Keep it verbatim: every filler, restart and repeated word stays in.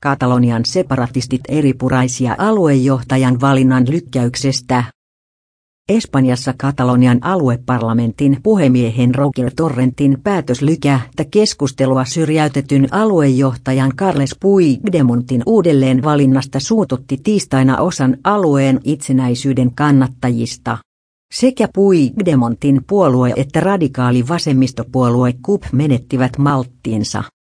Katalonian separatistit eripuraisia aluejohtajan valinnan lykkäyksestä. Espanjassa Katalonian alueparlamentin puhemiehen Roger Torrentin päätös lykätä keskustelua syrjäytetyn aluejohtajan Carles Puigdemontin uudelleen valinnasta suututti tiistaina osan alueen itsenäisyyden kannattajista. Sekä Puigdemontin puolue että radikaali vasemmistopuolue C U P menettivät malttiinsa.